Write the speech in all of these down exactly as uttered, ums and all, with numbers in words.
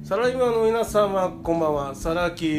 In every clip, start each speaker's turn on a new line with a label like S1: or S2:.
S1: サラリーマンの皆様こんばんは、サラキ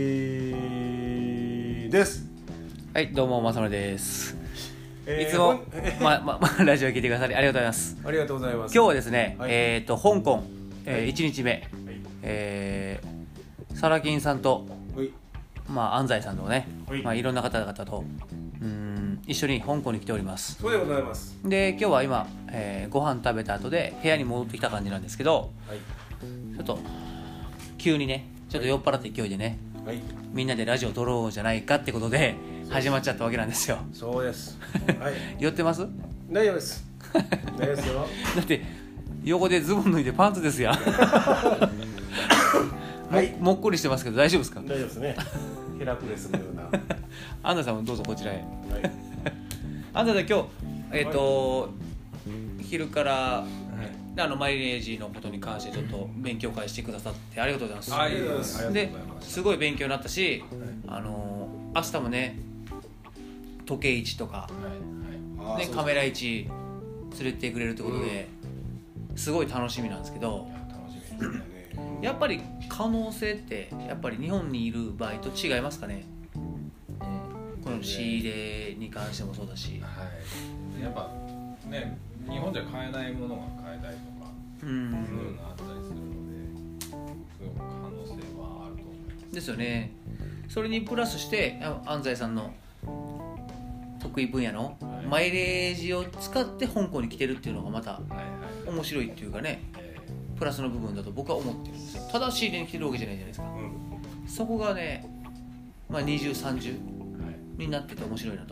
S1: です。
S2: はい、どうもまさのです、
S1: えー、
S2: いつも、ままま、ラジオ聞いてくださりありがとうございます。
S1: ありがとうございます。
S2: 今日はですね、
S1: はい、
S2: えーと香港、えー
S1: はい、
S2: いちにちめ、はい、えー、サラキンさんと、
S1: はい、
S2: まあ、安西さんとね、
S1: はい、
S2: まあ、いろんな方々とうーん一緒に香港に来ております。
S1: そうでございます。
S2: で今日は今、えー、ご飯食べた後で部屋に戻ってきた感じなんですけど、
S1: はい、
S2: ちょっと急にねちょっと酔っ払った勢いでね、はい、みんなでラジオ撮ろうじゃないかってことで始まっちゃったわけなんですよ。
S1: そうです、はい、
S2: 酔ってます？
S1: 大丈夫です大丈夫ですよ
S2: だって横でズボン脱いでパンツですやんはい、も, もっこりしてますけど大丈夫ですか？
S1: 大丈夫ですね。ヘラクレスのような
S2: 安田さんもどうぞこちらへ。はい、安田さん今日えっ、ー、と、はい、昼から、はい、あのマイレージのことに関してちょっと勉強会してくださってありがとうございます。
S1: ありがとうございます。
S2: ですごい勉強になったし、はい、あの明日もね時計市とか、はいはい、ね、カメラ市連れてってくれるってことで、うん、すごい楽しみなんですけど、
S1: 楽しみですね。
S2: やっぱり可能性ってやっぱり日本にいる場合と違いますかね、うん、この仕入れに関してもそうだし、
S3: はい、やっぱね日本じゃ買えないものが買えたりとか、うん、そういうのがあったりするのですごく可能性はあると思います
S2: ですよね。それにプラスして安西さんの得意分野のマイレージを使って香港に来てるっていうのがまた面白いっていうかね、プラスの部分だと僕は思ってるんですよ。ただ仕入れに来てるわけじゃないじゃないですか、うん、そこがね、まあ、にじゅう、さんじゅうになってて面白いなと、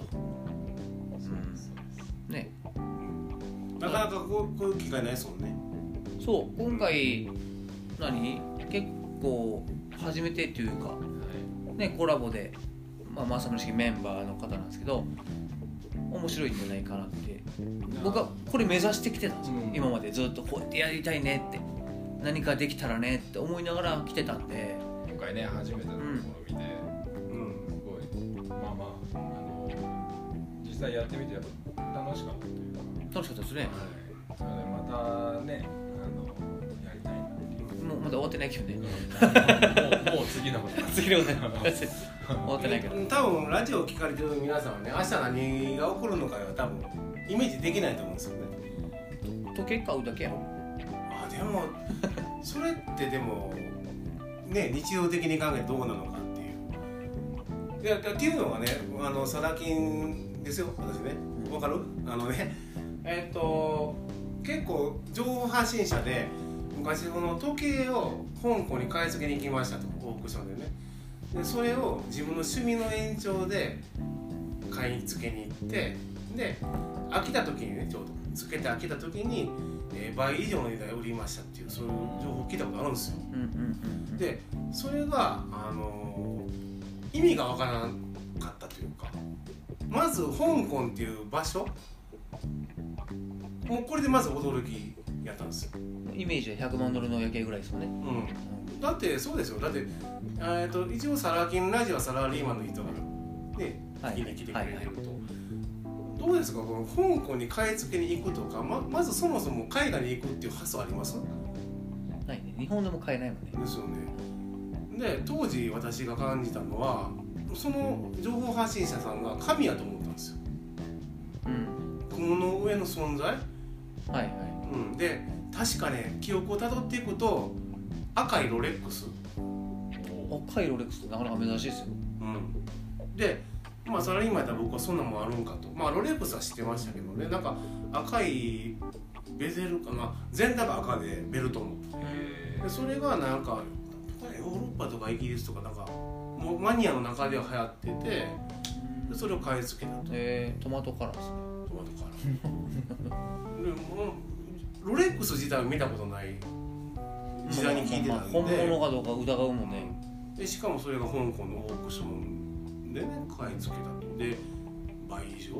S2: うん、ね、
S1: なかなかこう、こういう機会ないですもんね。
S2: そう今回何結構初めてっていうか、ね、コラボで、まあ、マーサム式メンバーの方なんですけど面白いんじゃないかなって僕はこれ目指してきてたんですよ、うん、今までずっとこうやってやりたいねって何かできたらねって思いながら来てたんで、
S3: 今回ね初めてのところ見て、うん、すごいまあまあ、あの実際やってみてやっぱ楽しかったというか
S2: 楽しかったですね、
S3: はい、なのでまたねあのやりたいなっていう
S2: もうまだ終わってないけどね、うん、も
S3: うもう次のこと
S2: 次のこと終わってないけど
S1: 多分ラジオを聞かれてる皆さんはね明日何が起こるのかは多分イメージできないと思うんですよね。
S2: 時計買うだけやろ。
S1: あでもそれってでもね日常的に考えてどうなのかっていういやっていうのがねあのサラ金ですよ私ねわかるあのねえっと結構情報発信者で昔この時計を香港に買い付けに行きましたとオークションでねでそれを自分の趣味の延長で買い付けに行ってで飽きた時にねちょうどつけて飽きた時に、えー、倍以上の値段で売りましたっていうそういう情報を聞いたことあるんですよ、うんうんうん、でそれが、あのー、意味がわからなかったというかまず香港っていう場所もうこれでまず驚きやったんですよ。
S2: イメージはひゃくまんドルの夜景ぐらいですよね、
S1: うん、だってそうですよだって、えー、と一応サラ金ラジオはサラリーマンの人がね聞きに来てくれてると、はいはいはい、どうですかこの香港に買い付けに行くとか ま, まずそもそも海外に行くっていう発想あります？
S2: ないね日本でも買えないもんね。
S1: ですよね。で当時私が感じたのはその情報発信者さんが神やと思ったんですよ、うん、雲の上の存在はいはい、うん、で確かね記憶をたどっていくと赤いロレックス
S2: 赤いロレックスってなかなか珍しいですよ、
S1: うん、でまあサラリーマンやったら僕はそんなもんあるんかとまあロレックスは知ってましたけどねなんか赤いベゼルかな全体が赤でベルトのでそれがなんかヨーロッパとかイギリスとかなんかもうマニアの中では流行っててでそれを買い付けたと
S2: えー、トマトカラーですね
S1: トマトカラーでもロレックス自体は見たことない時代に聞いてたんで、まあまあ、
S2: 本物かどうか疑うもんね、
S1: うん、でしかもそれが香港のオークションでね買い付けたとで倍以上、うん、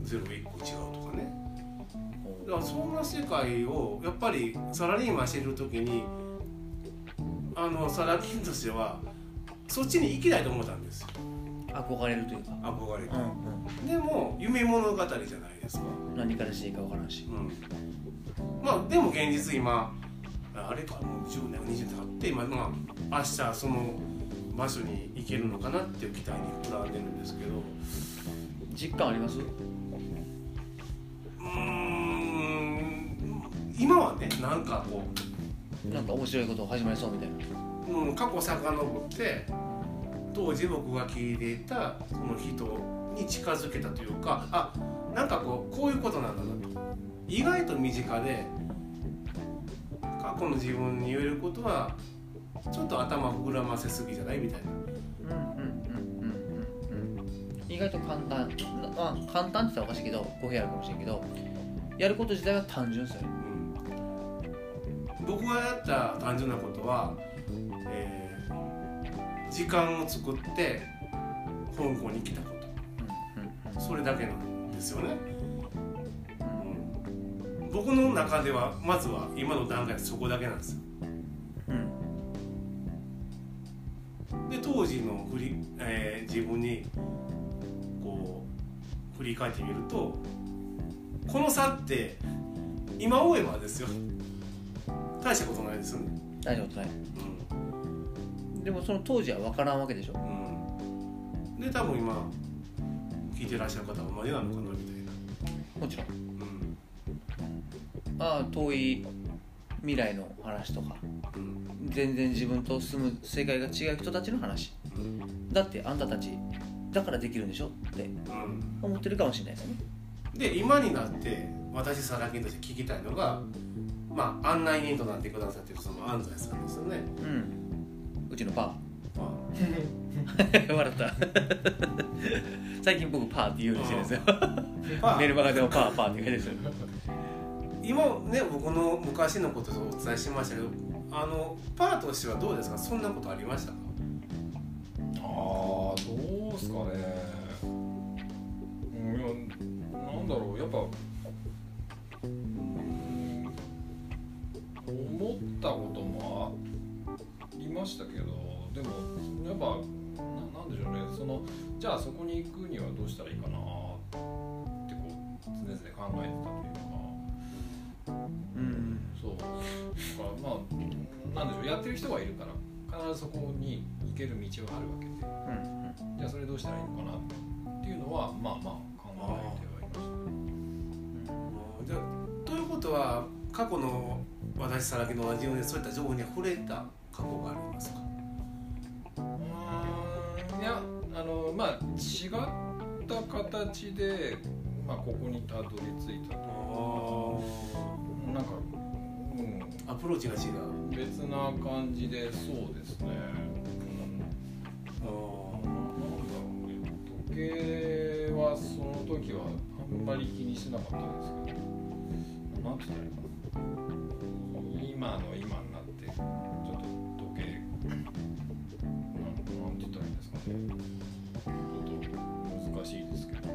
S1: ゼロいっこ違うとかねだからそんな世界をやっぱりサラリーマンしてる時にあのサラ金としてはそっちに行きたいと思ったんですよ
S2: 憧れるというか
S1: 憧れて、うん
S2: うん、
S1: でも夢物語じゃないですか
S2: 何からしていいか分からんし、
S1: うん、まあでも現実今あれかもうじゅうねんにじゅうねん経って今、まあ、明日その場所に行けるのかなっていう期待に膨らんでるんですけど、
S2: 実感あります？
S1: うーん今はねなんかこ
S2: うなんか面白いこと始まりそうみたいな、
S1: うん、過去遡って当時僕が聞いていたその人に近づけたというか、あ、なんかこうこういうことなんだなと、意外と身近で過去の自分に言えることはちょっと頭膨らませすぎじゃないみたいな、
S2: うんうんうんうんうん、意外と簡単、まあ、簡単って言ったらおかしいけど語弊あるかもしれんけど、やること自体は単純ですよね、
S1: うん、僕がやった単純なことは、えー、時間を作って香港に来たこと、うんうん、それだけなんですよね、うん、僕の中ではまずは今の段階でそこだけなんですよ、うん、で当時の振り、えー、自分にこう振り返ってみると、この差って今思えばですよ大したことないですよね。
S2: 大したことない、うん、でもその当時は分からんわけでしょ、
S1: うん、で多分今聞いてらっしゃる方は同じなのかなみたいな、
S2: もちろん、うん、ああ遠い未来の話とか、うん、全然自分と住む世界が違う人たちの話、うん、だってあんたたちだからできるんでしょって思ってるかもしれないですよね。
S1: で今になって私サラ金として聞きたいのが、まあ、案内人となってくださっているその安西さんですよね、
S2: うん、うちのパー笑った最近僕パーって言うようにしてるんですよメルマガでもパーパーって言うんですよ
S1: 今ね僕の昔のことをお伝えしましたけど、あのパーとしてはどうですか？そんなことありましたか？
S3: ああどうですかね、うん、いやなんだろう、やっぱうん思ったこともありましたけど、でもやっぱ な, なんでしょうね、そのじゃあそこに行くにはどうしたらいいかなってこう常々考えてたというか、うん、そうだからまあなんでしょう、やってる人がいるから必ずそこに行ける道はあるわけで、うんうん、じゃあそれどうしたらいいのかなっていうのはまあまあ考えてはいました、
S1: うん、ということは過去の私さらきの同じようにそういった情報に触れた過去がありますか？
S3: うーんいやあのまあ違った形で、まあ、ここにたどり着いたというか、なんか、うん、
S1: アプローチが違う
S3: 別な感じで、そうですね、うん、あなんだろうね、時計はその時はあんまり気にしてなかったんですけど、なんて言ったらいいかな、今の今になってちょっと時計なんて言ったらいいんですかね、ちょっと難しいですけど、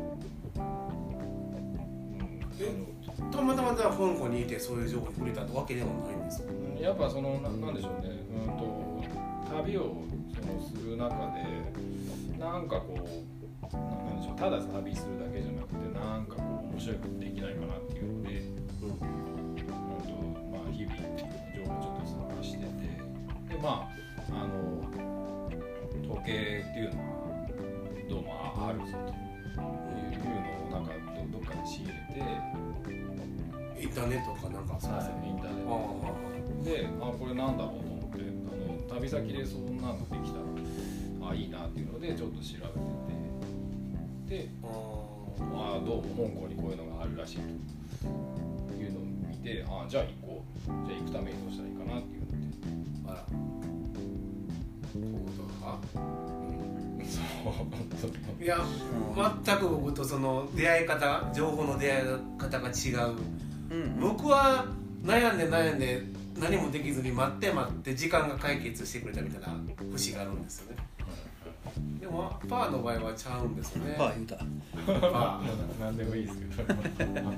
S3: うん、
S1: たまたま香港にいてそういう情報に触れたわけではないんですか？
S3: やっぱその な, なんでしょうね、うんと旅をそのする中でなんかこうなんでしょう、ただ旅するだけじゃなくてなんかこう面白いことできないかなっていうので、うんうんとまあ、日々情報をちょっと探してて、でまああの時計っていうのはどうもあるぞというのをなんか ど, どっかで仕入れて、
S1: インターネットかなんかそうですね、
S3: インターネットで、あこれなんだろうと思って、あの旅先でそんなのできたらあいいなっていうのでちょっと調べてて、であどうも香港にこういうのがあるらしいというのを見て、あじゃあ行こう、じゃあ行くためにどうしたらいいかなっていうので、あら
S1: そういうことか、
S3: うん、そう
S1: いや全く僕とその出会い方、情報の出会い方が違う、うん、僕は悩んで悩んで何もできずに待って待って時間が解決してくれたみたいな節があるんですよね。でもパーの場合はちゃうんですよね。
S2: パー言うた。
S3: パーなんでもいいですけど。パーなんか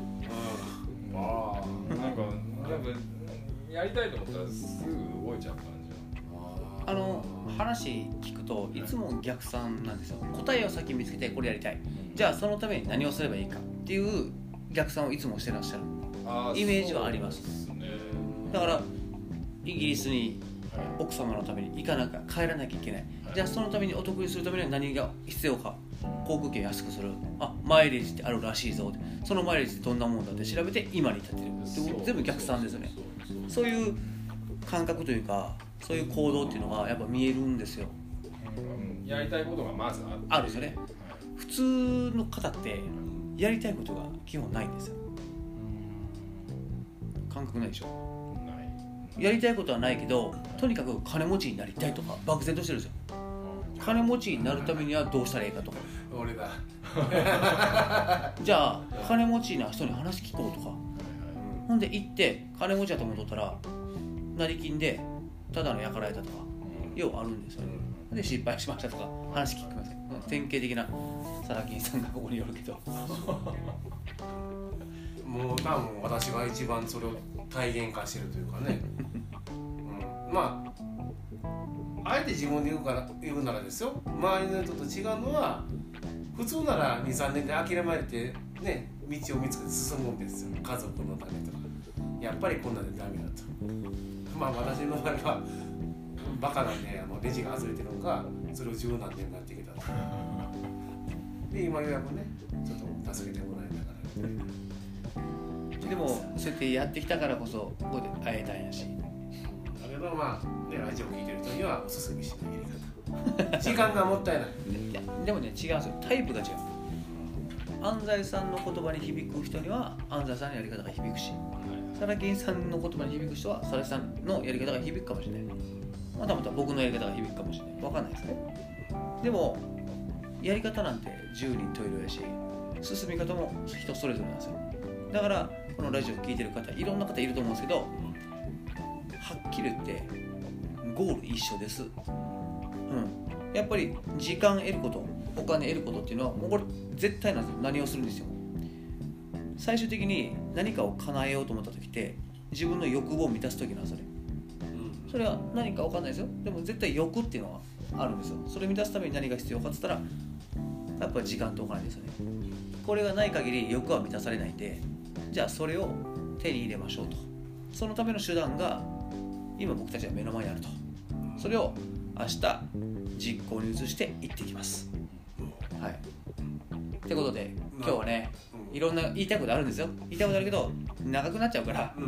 S3: なんかやりたいと思ったらすぐ動いちゃう感じ。
S2: あの話聞くといつも逆算なんですよ。答えを先見つけてこれやりたい。じゃあそのために何をすればいいかっていう逆算をいつもしてらっしゃるイメージはあります。だからイギリスに奥様のために行かなきゃ帰らなきゃいけない、はい、じゃあそのためにお得にするためには何が必要か、航空券安くする、あマイレージってあるらしいぞ、そのマイレージってどんなもんだって調べて今に至ってるって全部逆算ですよね。そういう感覚というかそういう行動っていうのがやっぱ見えるんですよ。
S3: うん、やりたいことがまずある
S2: あるんですよね、はい、普通の方ってやりたいことが基本ないんですよ。感覚ないでしょ。ない。やりたいことはないけどとにかく金持ちになりたいとか漠然としてるんですよ。金持ちになるためにはどうしたらいいかとか
S1: 俺だ
S2: じゃあ金持ちな人に話聞こうとか、ほんで行って金持ちだと思っとったら成金でただのやかられたとかようあるんですよね。で失敗しましたとか話聞きません。典型的なサラキンさんがここによるけど
S1: もう多分私が一番それを体現化してるというかね、うん、まああえて自分で言うから言うならですよ、周りの人と違うのは普通なら にさんねんで諦めてね道を見つけて進むんですよ、家族のためとか。やっぱりこんなんでダメだと。まあ私の場合はバカなんであのレジが外れてるのか、それを十何年やってきたと。で今ようやくねちょっと助けてもらいながら、ね、
S2: でもそうやってやってきたからこそここで会えたんやし、
S1: だけどまあねラジオ聞いてる人にはおすすめしないやり方時間がもったいない
S2: いやでもね違うんですよ、タイプが違う。安西さんの言葉に響く人には安西さんのやり方が響くし、サラキンさんの言葉に響く人はサラキンさんのやり方が響くかもしれない。またまた僕のやり方が響くかもしれない。分かんないですね。でもやり方なんて十人十色やし、進み方も人それぞれなんですよ。だからこのラジオ聞いてる方いろんな方いると思うんですけど、はっきり言ってゴール一緒です、うん、やっぱり時間得ること、お金得ることっていうのはもうこれ絶対なんですよ。何をするんですよ。最終的に何かを叶えようと思った時って自分の欲望を満たす時なんですよね。それは何か分かんないですよ。でも絶対欲っていうのはあるんですよ。それを満たすために何が必要かって言ったらやっぱり時間とお金ですよね。これがない限り欲は満たされないんで、じゃあそれを手に入れましょうと。そのための手段が今僕たちは目の前にあると。それを明日実行に移していってきます。はい。ってことで今日はね、いろんな言いたいことあるんですよ。言いたいことあるけど長くなっちゃうから、うん、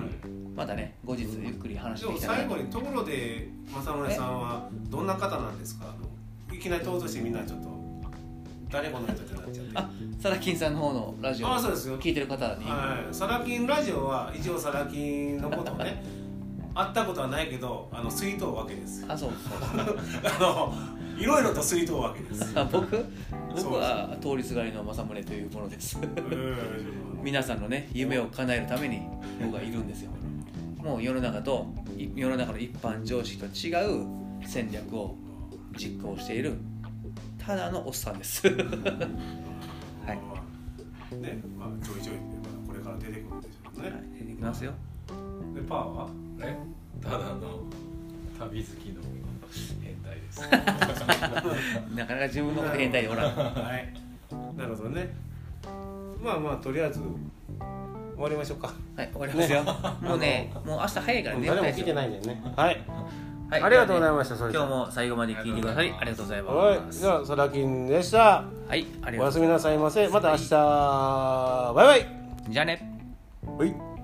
S2: またね後日ゆっくり話していきたい。
S1: でも最後にところで正宗さんはどんな方なんですか。いきなり登場してみんなちょっと誰この人ってなっちゃって。
S2: あ、サラキンさんの方のラジオを聞いてる方に、
S1: はい、サラキンラジオは一応サラキンのことをね会ったことはないけどあの水筒わけです。
S2: あ、そうそう
S1: あのいろいろと水筒わけです。
S2: あ、僕僕は通りすがりの正宗というものです皆さんのね夢を叶えるために僕はいるんですよ。もう世の中と世の中の一般常識と違う戦略を実行しているただのおっさんですはい。
S1: ね、まあちょいちょいこれから出てくるんでしょうね。はい、
S2: 出てきますよ。
S1: でパーは
S3: ね、ただの旅好きの変態です
S2: なかなか自分のこと変態でおらん
S1: はい、なるほどね。まあまあとりあえず終わりましょうか。
S2: はい、終わりますよ、ね、もうねもう明日早いから寝たいですよ。
S1: 誰も聞いてないんだよね。はい、
S2: はい、
S1: ありがとうございました。
S2: 今日も最後まで聞いてくださりありがとうございます。
S1: はい、じゃあサラキンでした。
S2: はい、ありがとうございます。
S1: おやすみなさいませ。また明日、バイバイ。
S2: じゃあね。
S1: はい。